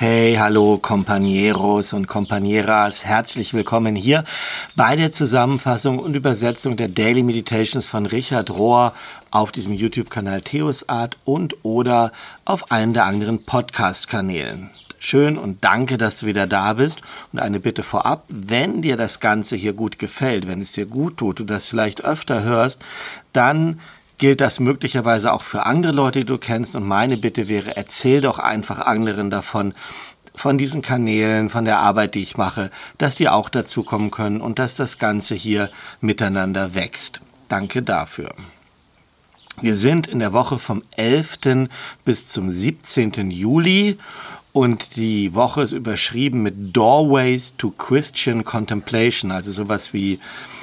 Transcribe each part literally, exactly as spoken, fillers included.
Hey, hallo Compañeros und Compañeras, herzlich willkommen hier bei der Zusammenfassung und Übersetzung der Daily Meditations von Richard Rohr auf diesem YouTube-Kanal Theosart und oder auf einen der anderen Podcast-Kanälen. Schön und danke, dass du wieder da bist. Und eine Bitte vorab, wenn dir das Ganze hier gut gefällt, wenn es dir gut tut, du das vielleicht öfter hörst, dann gilt das möglicherweise auch für andere Leute, die du kennst. Und meine Bitte wäre, erzähl doch einfach anderen davon, von diesen Kanälen, von der Arbeit, die ich mache, dass die auch dazukommen können und dass das Ganze hier miteinander wächst. Danke dafür. Wir sind in der Woche vom elften bis zum siebzehnten Juli und die Woche ist überschrieben mit Doorways to Christian Contemplation, also sowas wie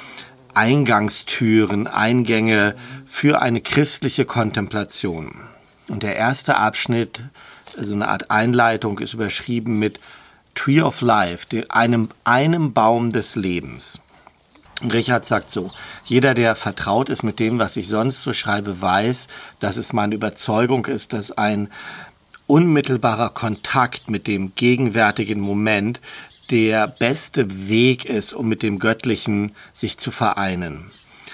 Eingangstüren, Eingänge für eine christliche Kontemplation. Und der erste Abschnitt, also eine Art Einleitung, ist überschrieben mit Tree of Life, einem, einem Baum des Lebens. Und Richard sagt so: Jeder, der vertraut ist mit dem, was ich sonst so schreibe, weiß, dass es meine Überzeugung ist, dass ein unmittelbarer Kontakt mit dem gegenwärtigen Moment der beste Weg ist, um mit dem Göttlichen sich zu vereinen.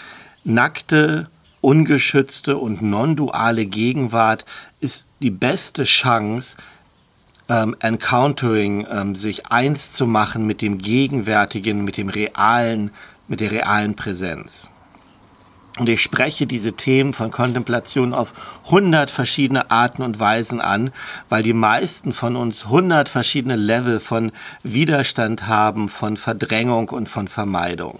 Nackte, ungeschützte und non-duale Gegenwart ist die beste Chance, ähm, encountering, ähm, sich eins zu machen mit dem Gegenwärtigen, mit dem Realen, mit der realen Präsenz. Und ich spreche diese Themen von Kontemplation auf hundert verschiedene Arten und Weisen an, weil die meisten von uns hundert verschiedene Level von Widerstand haben, von Verdrängung und von Vermeidung.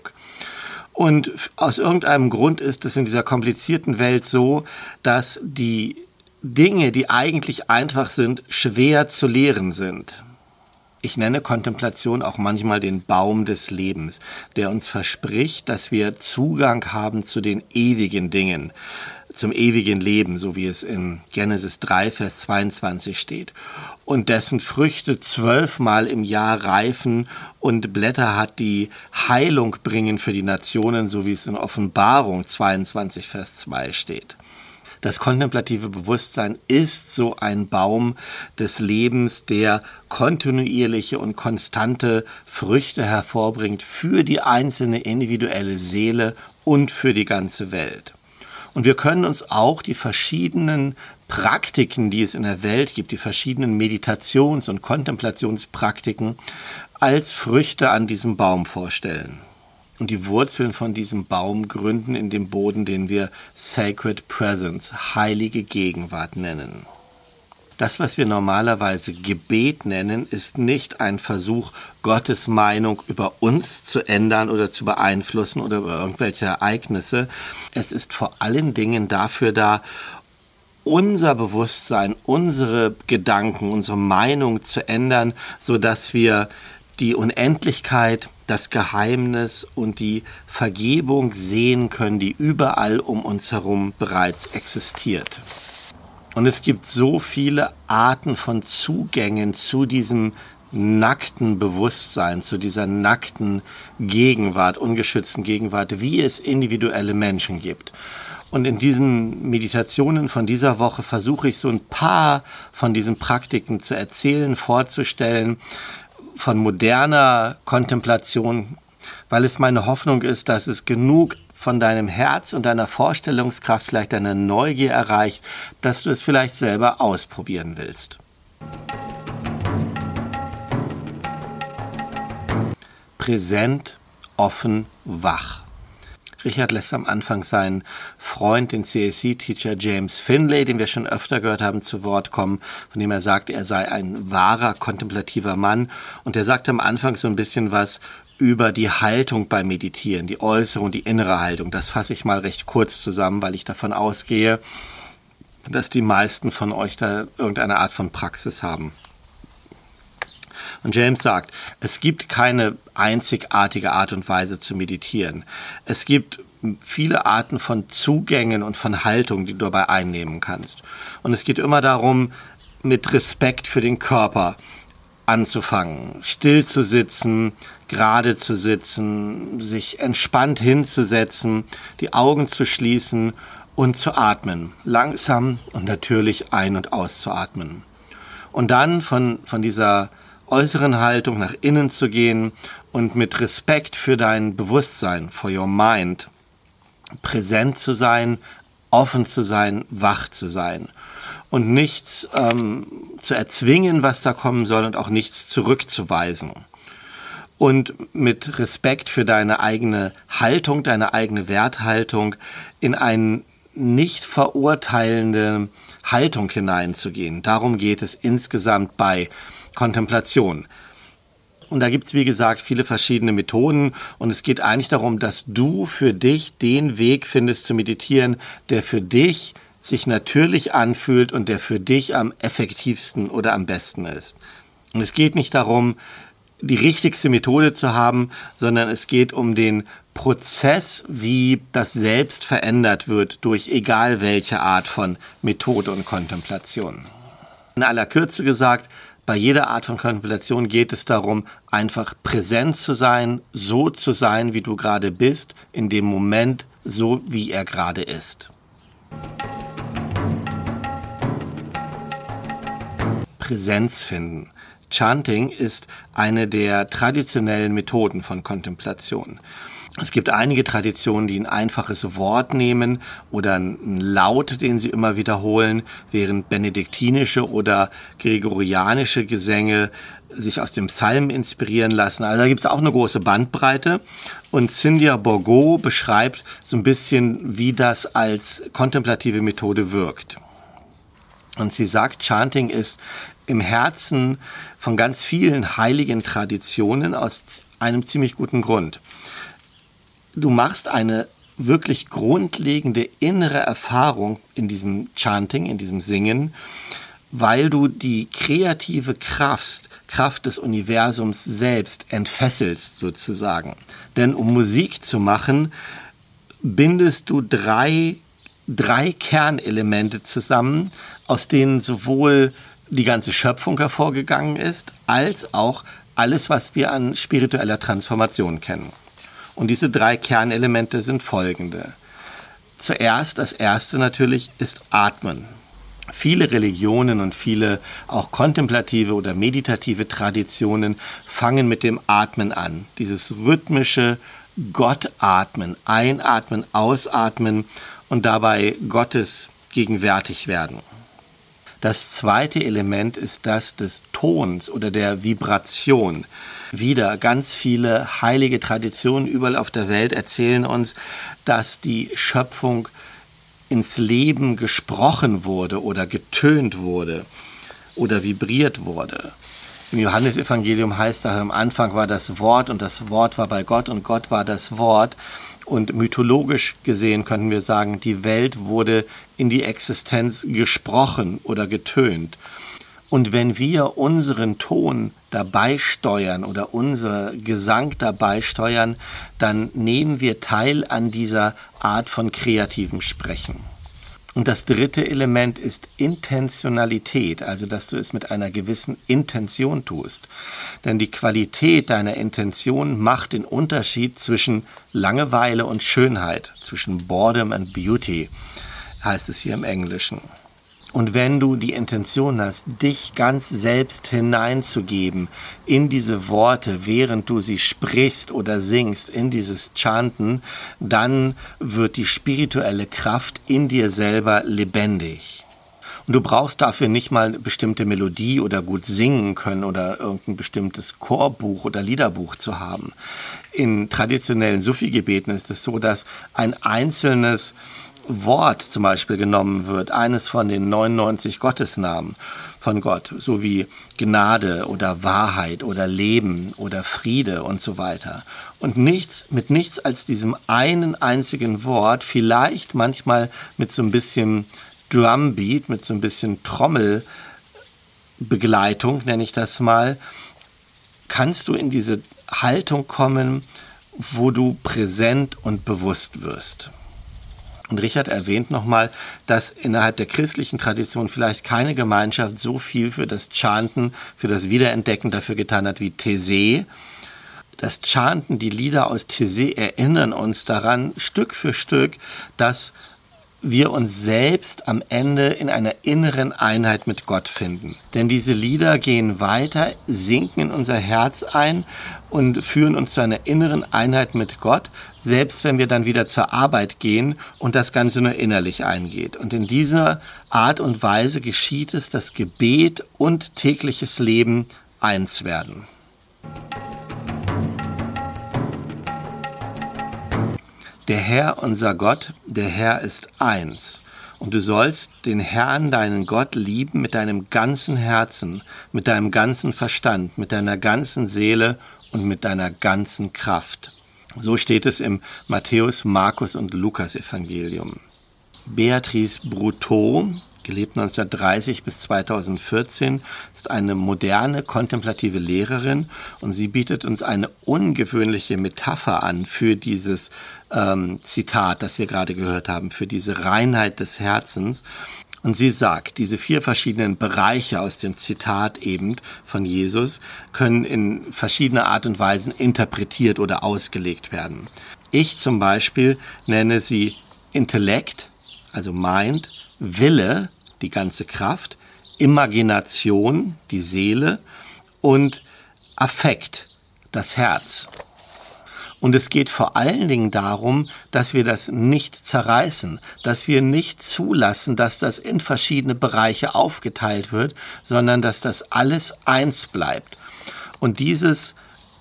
Und aus irgendeinem Grund ist es in dieser komplizierten Welt so, dass die Dinge, die eigentlich einfach sind, schwer zu lehren sind. Ich nenne Kontemplation auch manchmal den Baum des Lebens, der uns verspricht, dass wir Zugang haben zu den ewigen Dingen, zum ewigen Leben, so wie es in Genesis drei, Vers zweiundzwanzig steht, und dessen Früchte zwölfmal im Jahr reifen und Blätter hat, die Heilung bringen für die Nationen, so wie es in Offenbarung zweiundzwanzig, Vers zwei steht. Das kontemplative Bewusstsein ist so ein Baum des Lebens, der kontinuierliche und konstante Früchte hervorbringt für die einzelne individuelle Seele und für die ganze Welt. Und wir können uns auch die verschiedenen Praktiken, die es in der Welt gibt, die verschiedenen Meditations- und Kontemplationspraktiken als Früchte an diesem Baum vorstellen. Und die Wurzeln von diesem Baum gründen in dem Boden, den wir Sacred Presence, heilige Gegenwart nennen. Das, was wir normalerweise Gebet nennen, ist nicht ein Versuch, Gottes Meinung über uns zu ändern oder zu beeinflussen oder über irgendwelche Ereignisse. Es ist vor allen Dingen dafür da, unser Bewusstsein, unsere Gedanken, unsere Meinung zu ändern, sodass wir die Unendlichkeit, das Geheimnis und die Vergebung sehen können, die überall um uns herum bereits existiert. Und es gibt so viele Arten von Zugängen zu diesem nackten Bewusstsein, zu dieser nackten Gegenwart, ungeschützten Gegenwart, wie es individuelle Menschen gibt. Und in diesen Meditationen von dieser Woche versuche ich so ein paar von diesen Praktiken zu erzählen, vorzustellen, von moderner Kontemplation, weil es meine Hoffnung ist, dass es genug von deinem Herz und deiner Vorstellungskraft, vielleicht deiner Neugier erreicht, dass du es vielleicht selber ausprobieren willst. Präsent, offen, wach. Richard lässt am Anfang seinen Freund, den C A C-Teacher James Finlay, den wir schon öfter gehört haben, zu Wort kommen, von dem er sagt, er sei ein wahrer, kontemplativer Mann. Und er sagt am Anfang so ein bisschen was über die Haltung beim Meditieren, die äußere und die innere Haltung. Das fasse ich mal recht kurz zusammen, weil ich davon ausgehe, dass die meisten von euch da irgendeine Art von Praxis haben. Und James sagt, es gibt keine einzigartige Art und Weise zu meditieren. Es gibt viele Arten von Zugängen und von Haltungen, die du dabei einnehmen kannst. Und es geht immer darum, mit Respekt für den Körper anzufangen, still zu sitzen, gerade zu sitzen, sich entspannt hinzusetzen, die Augen zu schließen und zu atmen, langsam und natürlich ein- und auszuatmen. Und dann von, von dieser äußeren Haltung nach innen zu gehen und mit Respekt für dein Bewusstsein, for your mind, präsent zu sein, offen zu sein, wach zu sein und nichts ähm, zu erzwingen, was da kommen soll und auch nichts zurückzuweisen. Und mit Respekt für deine eigene Haltung, deine eigene Werthaltung in eine nicht verurteilende Haltung hineinzugehen. Darum geht es insgesamt bei Kontemplation. Und da gibt's, wie gesagt, viele verschiedene Methoden und es geht eigentlich darum, dass du für dich den Weg findest zu meditieren, der für dich sich natürlich anfühlt und der für dich am effektivsten oder am besten ist. Und es geht nicht darum, die richtigste Methode zu haben, sondern es geht um den Prozess, wie das Selbst verändert wird durch egal welche Art von Methode und Kontemplation. In aller Kürze gesagt, bei jeder Art von Kontemplation geht es darum, einfach präsent zu sein, so zu sein, wie du gerade bist, in dem Moment, so wie er gerade ist. Präsenz finden. Chanting ist eine der traditionellen Methoden von Kontemplation. Es gibt einige Traditionen, die ein einfaches Wort nehmen oder einen Laut, den sie immer wiederholen, während benediktinische oder gregorianische Gesänge sich aus dem Psalm inspirieren lassen. Also da gibt es auch eine große Bandbreite. Und Cynthia Bourgeault beschreibt so ein bisschen, wie das als kontemplative Methode wirkt. Und sie sagt, Chanting ist im Herzen von ganz vielen heiligen Traditionen aus einem ziemlich guten Grund. Du machst eine wirklich grundlegende innere Erfahrung in diesem Chanting, in diesem Singen, weil du die kreative Kraft, Kraft des Universums selbst entfesselst sozusagen. Denn um Musik zu machen, bindest du drei, drei Kernelemente zusammen, aus denen sowohl die ganze Schöpfung hervorgegangen ist, als auch alles, was wir an spiritueller Transformation kennen. Und diese drei Kernelemente sind folgende. Zuerst, das erste natürlich, ist Atmen. Viele Religionen und viele auch kontemplative oder meditative Traditionen fangen mit dem Atmen an. Dieses rhythmische Gottatmen, einatmen, ausatmen und dabei Gottes gegenwärtig werden. Das zweite Element ist das des Tons oder der Vibration. Wieder ganz viele heilige Traditionen überall auf der Welt erzählen uns, dass die Schöpfung ins Leben gesprochen wurde oder getönt wurde oder vibriert wurde. Im Johannesevangelium heißt es, am Anfang war das Wort und das Wort war bei Gott und Gott war das Wort. Und mythologisch gesehen könnten wir sagen, die Welt wurde in die Existenz gesprochen oder getönt. Und wenn wir unseren Ton dabei steuern oder unser Gesang dabei steuern, dann nehmen wir teil an dieser Art von kreativem Sprechen. Und das dritte Element ist Intentionalität, also dass du es mit einer gewissen Intention tust. Denn die Qualität deiner Intention macht den Unterschied zwischen Langeweile und Schönheit, zwischen Boredom and Beauty, heißt es hier im Englischen. Und wenn du die Intention hast, dich ganz selbst hineinzugeben in diese Worte, während du sie sprichst oder singst, in dieses Chanten, dann wird die spirituelle Kraft in dir selber lebendig. Und du brauchst dafür nicht mal eine bestimmte Melodie oder gut singen können oder irgendein bestimmtes Chorbuch oder Liederbuch zu haben. In traditionellen Sufi-Gebeten ist es so, dass ein einzelnes Wort zum Beispiel genommen wird, eines von den neunundneunzig Gottesnamen von Gott, so wie Gnade oder Wahrheit oder Leben oder Friede und so weiter. Und nichts, mit nichts als diesem einen einzigen Wort, vielleicht manchmal mit so ein bisschen Drumbeat, mit so ein bisschen Trommelbegleitung, nenne ich das mal, kannst du in diese Haltung kommen, wo du präsent und bewusst wirst. Und Richard erwähnt nochmal, dass innerhalb der christlichen Tradition vielleicht keine Gemeinschaft so viel für das Chanten, für das Wiederentdecken dafür getan hat wie Taizé. Das Chanten, die Lieder aus Taizé erinnern uns daran, Stück für Stück, dass wir uns selbst am Ende in einer inneren Einheit mit Gott finden. Denn diese Lieder gehen weiter, sinken in unser Herz ein und führen uns zu einer inneren Einheit mit Gott, selbst wenn wir dann wieder zur Arbeit gehen und das Ganze nur innerlich eingeht. Und in dieser Art und Weise geschieht es, dass Gebet und tägliches Leben eins werden. Der Herr, unser Gott, der Herr ist eins. Und du sollst den Herrn, deinen Gott, lieben mit deinem ganzen Herzen, mit deinem ganzen Verstand, mit deiner ganzen Seele und mit deiner ganzen Kraft. So steht es im Matthäus, Markus und Lukas Evangelium. Beatrice Brutto, gelebt neunzehnhundertdreißig bis zweitausendvierzehn, ist eine moderne, kontemplative Lehrerin und sie bietet uns eine ungewöhnliche Metapher an für dieses ähm, Zitat, das wir gerade gehört haben, für diese Reinheit des Herzens. Und sie sagt, diese vier verschiedenen Bereiche aus dem Zitat eben von Jesus können in verschiedener Art und Weisen interpretiert oder ausgelegt werden. Ich zum Beispiel nenne sie Intellekt, also Mind, Wille, die ganze Kraft, Imagination, die Seele und Affekt, das Herz. Und es geht vor allen Dingen darum, dass wir das nicht zerreißen, dass wir nicht zulassen, dass das in verschiedene Bereiche aufgeteilt wird, sondern dass das alles eins bleibt. Und dieses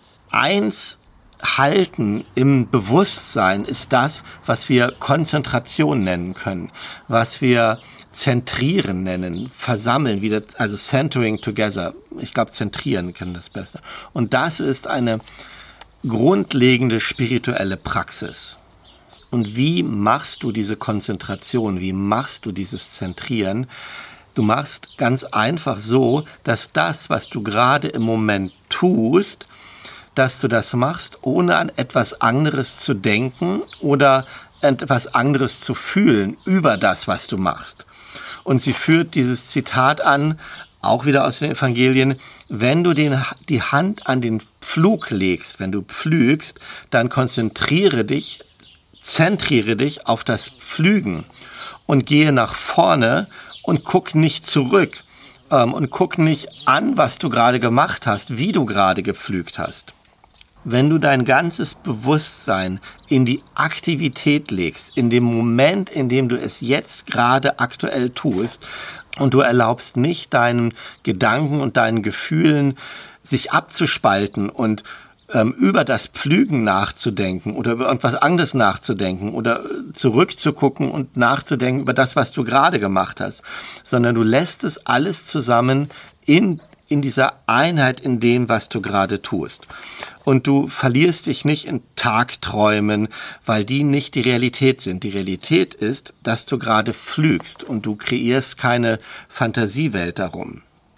Eins Halten im Bewusstsein ist das, was wir Konzentration nennen können, was wir Zentrieren nennen, versammeln, wieder, also centering together. Ich glaube, zentrieren können das besser. Und das ist eine grundlegende spirituelle Praxis. Und wie machst du diese Konzentration? Wie machst du dieses Zentrieren? Du machst ganz einfach so, dass das, was du gerade im Moment tust, dass du das machst, ohne an etwas anderes zu denken oder etwas anderes zu fühlen über das, was du machst. Und sie führt dieses Zitat an, auch wieder aus den Evangelien: Wenn du den, die Hand an den Pflug legst, wenn du pflügst, dann konzentriere dich, zentriere dich auf das Pflügen und gehe nach vorne und guck nicht zurück ähm, und guck nicht an, was du gerade gemacht hast, wie du gerade gepflügt hast. Wenn du dein ganzes Bewusstsein in die Aktivität legst, in dem Moment, in dem du es jetzt gerade aktuell tust, und du erlaubst nicht deinen Gedanken und deinen Gefühlen sich abzuspalten und ähm, über das Pflügen nachzudenken oder über irgendwas anderes nachzudenken oder zurückzugucken und nachzudenken über das, was du gerade gemacht hast, sondern du lässt es alles zusammen in in dieser Einheit in dem, was du gerade tust. Und du verlierst dich nicht in Tagträumen, weil die nicht die Realität sind. Die Realität ist, dass du gerade pflügst und du kreierst keine Fantasiewelt darum.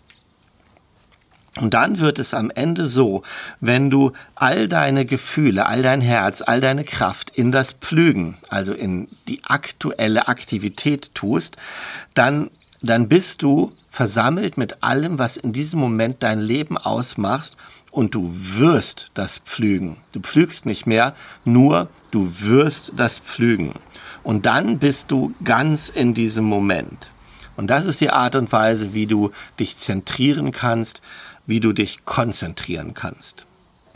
Und dann wird es am Ende so, wenn du all deine Gefühle, all dein Herz, all deine Kraft in das Pflügen, also in die aktuelle Aktivität tust, dann, dann bist du versammelt mit allem, was in diesem Moment dein Leben ausmacht, und du wirst das pflügen. Du pflügst nicht mehr, nur du wirst das pflügen. Und dann bist du ganz in diesem Moment. Und das ist die Art und Weise, wie du dich zentrieren kannst, wie du dich konzentrieren kannst.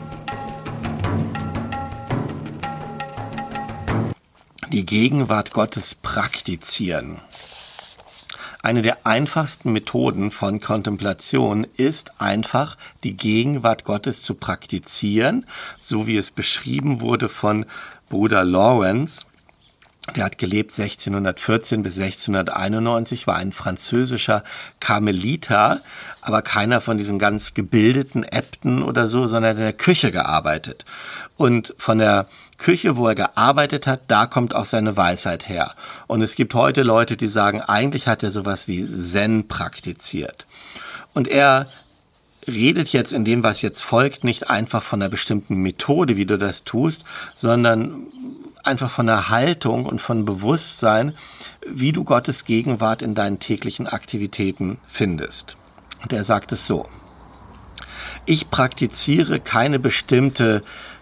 Die Gegenwart Gottes praktizieren. Eine der einfachsten Methoden von Kontemplation ist einfach, die Gegenwart Gottes zu praktizieren, so wie es beschrieben wurde von Bruder Lawrence. Der hat gelebt sechzehnhundertvierzehn bis sechzehnhunderteinundneunzig, war ein französischer Karmeliter, aber keiner von diesen ganz gebildeten Äbten oder so, sondern in der Küche gearbeitet. Und von der Küche, wo er gearbeitet hat, da kommt auch seine Weisheit her. Und es gibt heute Leute, die sagen, eigentlich hat er sowas wie Zen praktiziert. Und er redet jetzt in dem, was jetzt folgt, nicht einfach von einer bestimmten Methode, wie du das tust, sondern einfach von der Haltung und von Bewusstsein, wie du Gottes Gegenwart in deinen täglichen Aktivitäten findest. Und er sagt es so: Ich praktiziere keine bestimmte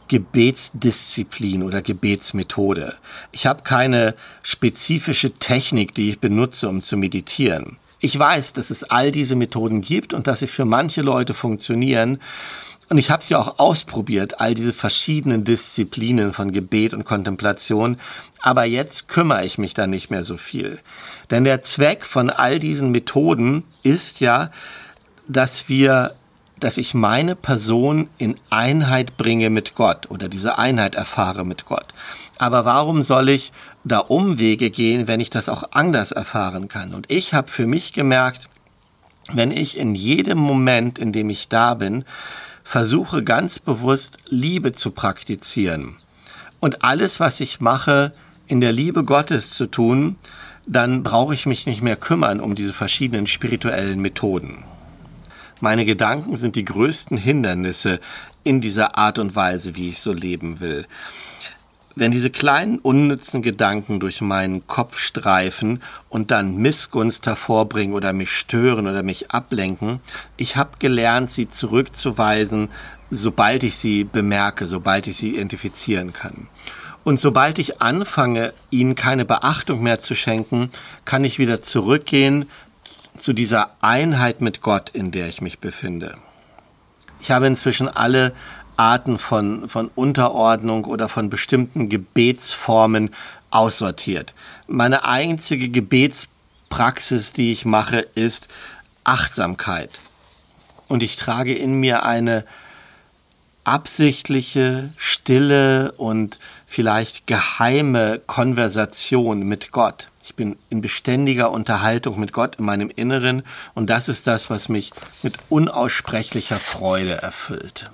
Gebetsdisziplin oder Gebetsmethode. Ich habe keine spezifische Technik, die ich benutze, um zu meditieren. Ich weiß, dass es all diese Methoden gibt und dass sie für manche Leute funktionieren. Und ich habe es ja auch ausprobiert, all diese verschiedenen Disziplinen von Gebet und Kontemplation. Aber jetzt kümmere ich mich da nicht mehr so viel. Denn der Zweck von all diesen Methoden ist ja, dass wir, dass ich meine Person in Einheit bringe mit Gott oder diese Einheit erfahre mit Gott. Aber warum soll ich da Umwege gehen, wenn ich das auch anders erfahren kann? Und ich habe für mich gemerkt, wenn ich in jedem Moment, in dem ich da bin, versuche ganz bewusst Liebe zu praktizieren und alles, was ich mache, in der Liebe Gottes zu tun, dann brauche ich mich nicht mehr kümmern um diese verschiedenen spirituellen Methoden. Meine Gedanken sind die größten Hindernisse in dieser Art und Weise, wie ich so leben will. Wenn diese kleinen unnützen Gedanken durch meinen Kopf streifen und dann Missgunst hervorbringen oder mich stören oder mich ablenken, ich habe gelernt, sie zurückzuweisen, sobald ich sie bemerke, sobald ich sie identifizieren kann. Und sobald ich anfange, ihnen keine Beachtung mehr zu schenken, kann ich wieder zurückgehen zu dieser Einheit mit Gott, in der ich mich befinde. Ich habe inzwischen alle Arten von, von Unterordnung oder von bestimmten Gebetsformen aussortiert. Meine einzige Gebetspraxis, die ich mache, ist Achtsamkeit. Und ich trage in mir eine absichtliche, stille und vielleicht geheime Konversation mit Gott. Ich bin in beständiger Unterhaltung mit Gott in meinem Inneren und das ist das, was mich mit unaussprechlicher Freude erfüllt.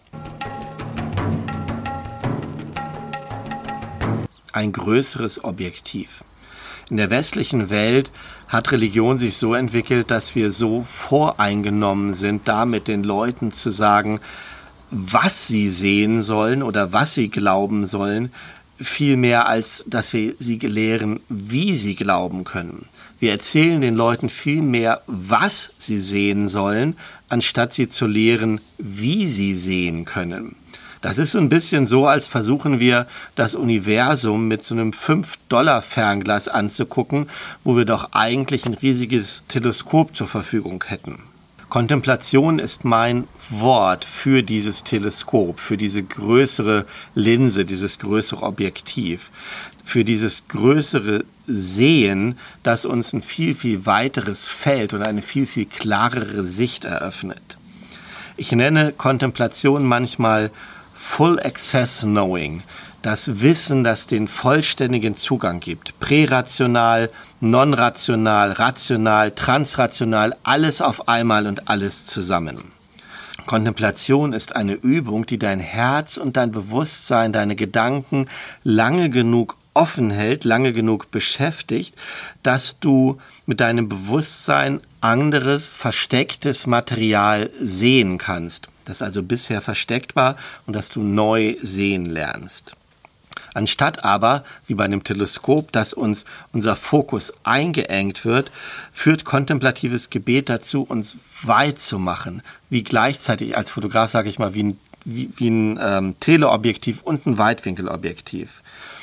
Ein größeres Objektiv. In der westlichen Welt hat Religion sich so entwickelt, dass wir so voreingenommen sind, damit den Leuten zu sagen, was sie sehen sollen oder was sie glauben sollen, viel mehr als dass wir sie lehren, wie sie glauben können. Wir erzählen den Leuten viel mehr, was sie sehen sollen, anstatt sie zu lehren, wie sie sehen können. Das ist so ein bisschen so, als versuchen wir, das Universum mit so einem fünf Dollar Fernglas anzugucken, wo wir doch eigentlich ein riesiges Teleskop zur Verfügung hätten. Kontemplation ist mein Wort für dieses Teleskop, für diese größere Linse, dieses größere Objektiv, für dieses größere Sehen, das uns ein viel, viel weiteres Feld und eine viel, viel klarere Sicht eröffnet. Ich nenne Kontemplation manchmal Full Access Knowing, das Wissen, das den vollständigen Zugang gibt. Prärational, non-rational, rational, transrational, alles auf einmal und alles zusammen. Kontemplation ist eine Übung, die dein Herz und dein Bewusstsein, deine Gedanken lange genug offen hält, lange genug beschäftigt, dass du mit deinem Bewusstsein anderes, verstecktes Material sehen kannst, das also bisher versteckt war und das du neu sehen lernst. Anstatt aber, wie bei einem Teleskop, dass uns unser Fokus eingeengt wird, führt kontemplatives Gebet dazu, uns weit zu machen, wie gleichzeitig als Fotograf, sage ich mal, wie ein, wie, wie ein ähm, Teleobjektiv und ein Weitwinkelobjektiv.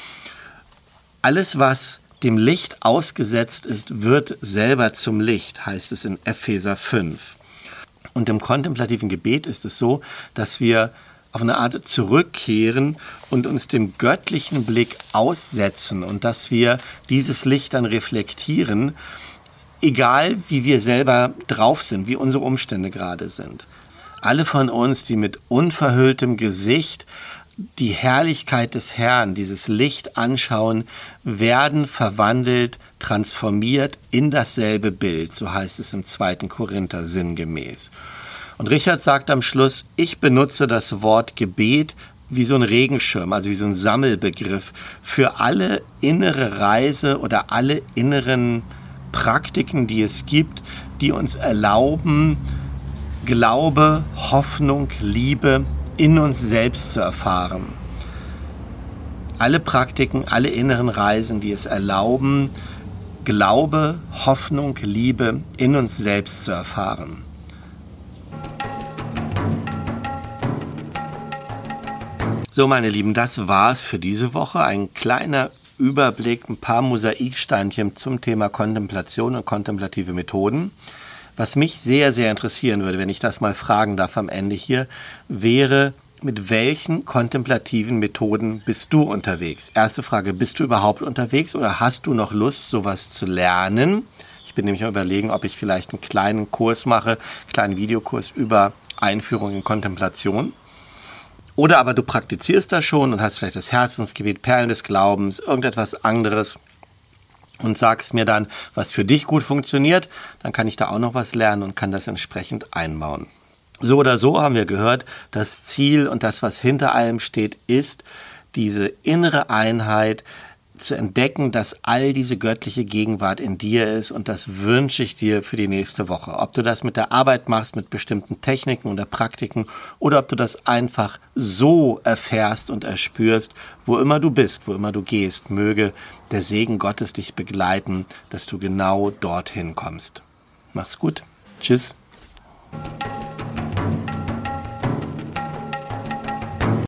Alles, was dem Licht ausgesetzt ist, wird selber zum Licht, heißt es in Epheser fünf. Und im kontemplativen Gebet ist es so, dass wir auf eine Art zurückkehren und uns dem göttlichen Blick aussetzen und dass wir dieses Licht dann reflektieren, egal wie wir selber drauf sind, wie unsere Umstände gerade sind. Alle von uns, die mit unverhülltem Gesicht die Herrlichkeit des Herrn, dieses Licht anschauen, werden verwandelt, transformiert in dasselbe Bild, so heißt es im zweiten Korinther sinngemäß. Und Richard sagt am Schluss, ich benutze das Wort Gebet wie so ein Regenschirm, also wie so ein Sammelbegriff für alle innere Reise oder alle inneren Praktiken, die es gibt, die uns erlauben, Glaube, Hoffnung, Liebe in uns selbst zu erfahren. Alle Praktiken, alle inneren Reisen, die es erlauben, Glaube, Hoffnung, Liebe in uns selbst zu erfahren. So, meine Lieben, das war's für diese Woche. Ein kleiner Überblick, ein paar Mosaiksteinchen zum Thema Kontemplation und kontemplative Methoden. Was mich sehr, sehr interessieren würde, wenn ich das mal fragen darf am Ende hier, wäre, mit welchen kontemplativen Methoden bist du unterwegs? Erste Frage, bist du überhaupt unterwegs oder hast du noch Lust, sowas zu lernen? Ich bin nämlich am Überlegen, ob ich vielleicht einen kleinen Kurs mache, einen kleinen Videokurs über Einführung in Kontemplation. Oder aber du praktizierst das schon und hast vielleicht das Herzensgebet, Perlen des Glaubens, irgendetwas anderes und sagst mir dann, was für dich gut funktioniert, dann kann ich da auch noch was lernen und kann das entsprechend einbauen. So oder so haben wir gehört, das Ziel und das, was hinter allem steht, ist diese innere Einheit zu entdecken, dass all diese göttliche Gegenwart in dir ist, und das wünsche ich dir für die nächste Woche. Ob du das mit der Arbeit machst, mit bestimmten Techniken oder Praktiken, oder ob du das einfach so erfährst und erspürst, wo immer du bist, wo immer du gehst, möge der Segen Gottes dich begleiten, dass du genau dorthin kommst. Mach's gut. Tschüss.